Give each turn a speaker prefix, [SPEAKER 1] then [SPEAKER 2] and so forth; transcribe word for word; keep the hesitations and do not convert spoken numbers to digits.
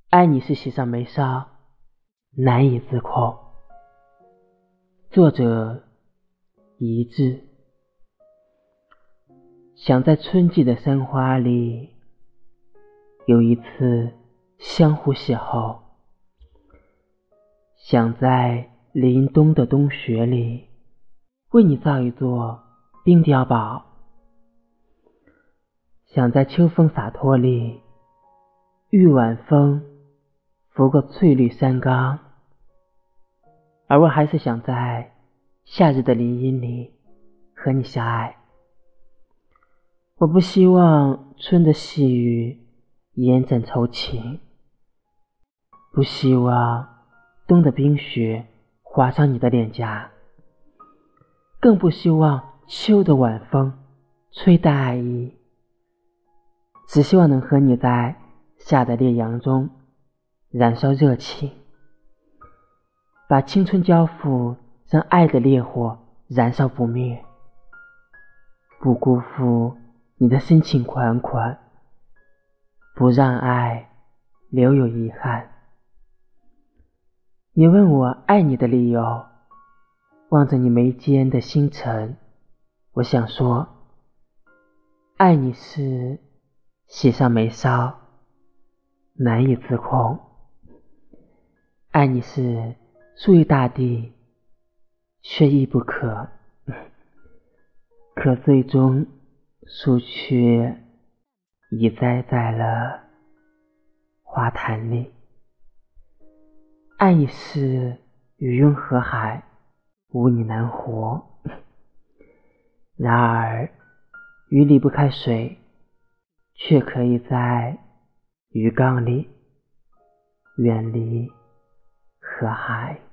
[SPEAKER 1] 爱你是喜上眉梢，难以自控。作者一致。想在春季的山花里有一次相互邂逅，想在凛冬的冬雪里为你造一座冰碉堡，想在秋风洒脱里遇晚风拂过翠绿山岗，而我还是想在夏日的林荫里和你相爱。我不希望春的细雨严整愁情，不希望冬的冰雪划伤你的脸颊，更不希望秋的晚风吹淡爱意，只希望能和你在夏的烈阳中燃烧热情，把青春交付，让爱的烈火燃烧不灭，不辜负你的深情款款，不让爱留有遗憾。你问我爱你的理由，望着你眉间的星辰，我想说，爱你是喜上眉梢，难以自控。爱你是属于大地，却亦不可，可最终树却已栽在了花坛里。爱你是鱼拥河海，无你难活。然而鱼离不开水，却可以在鱼缸里远离河海。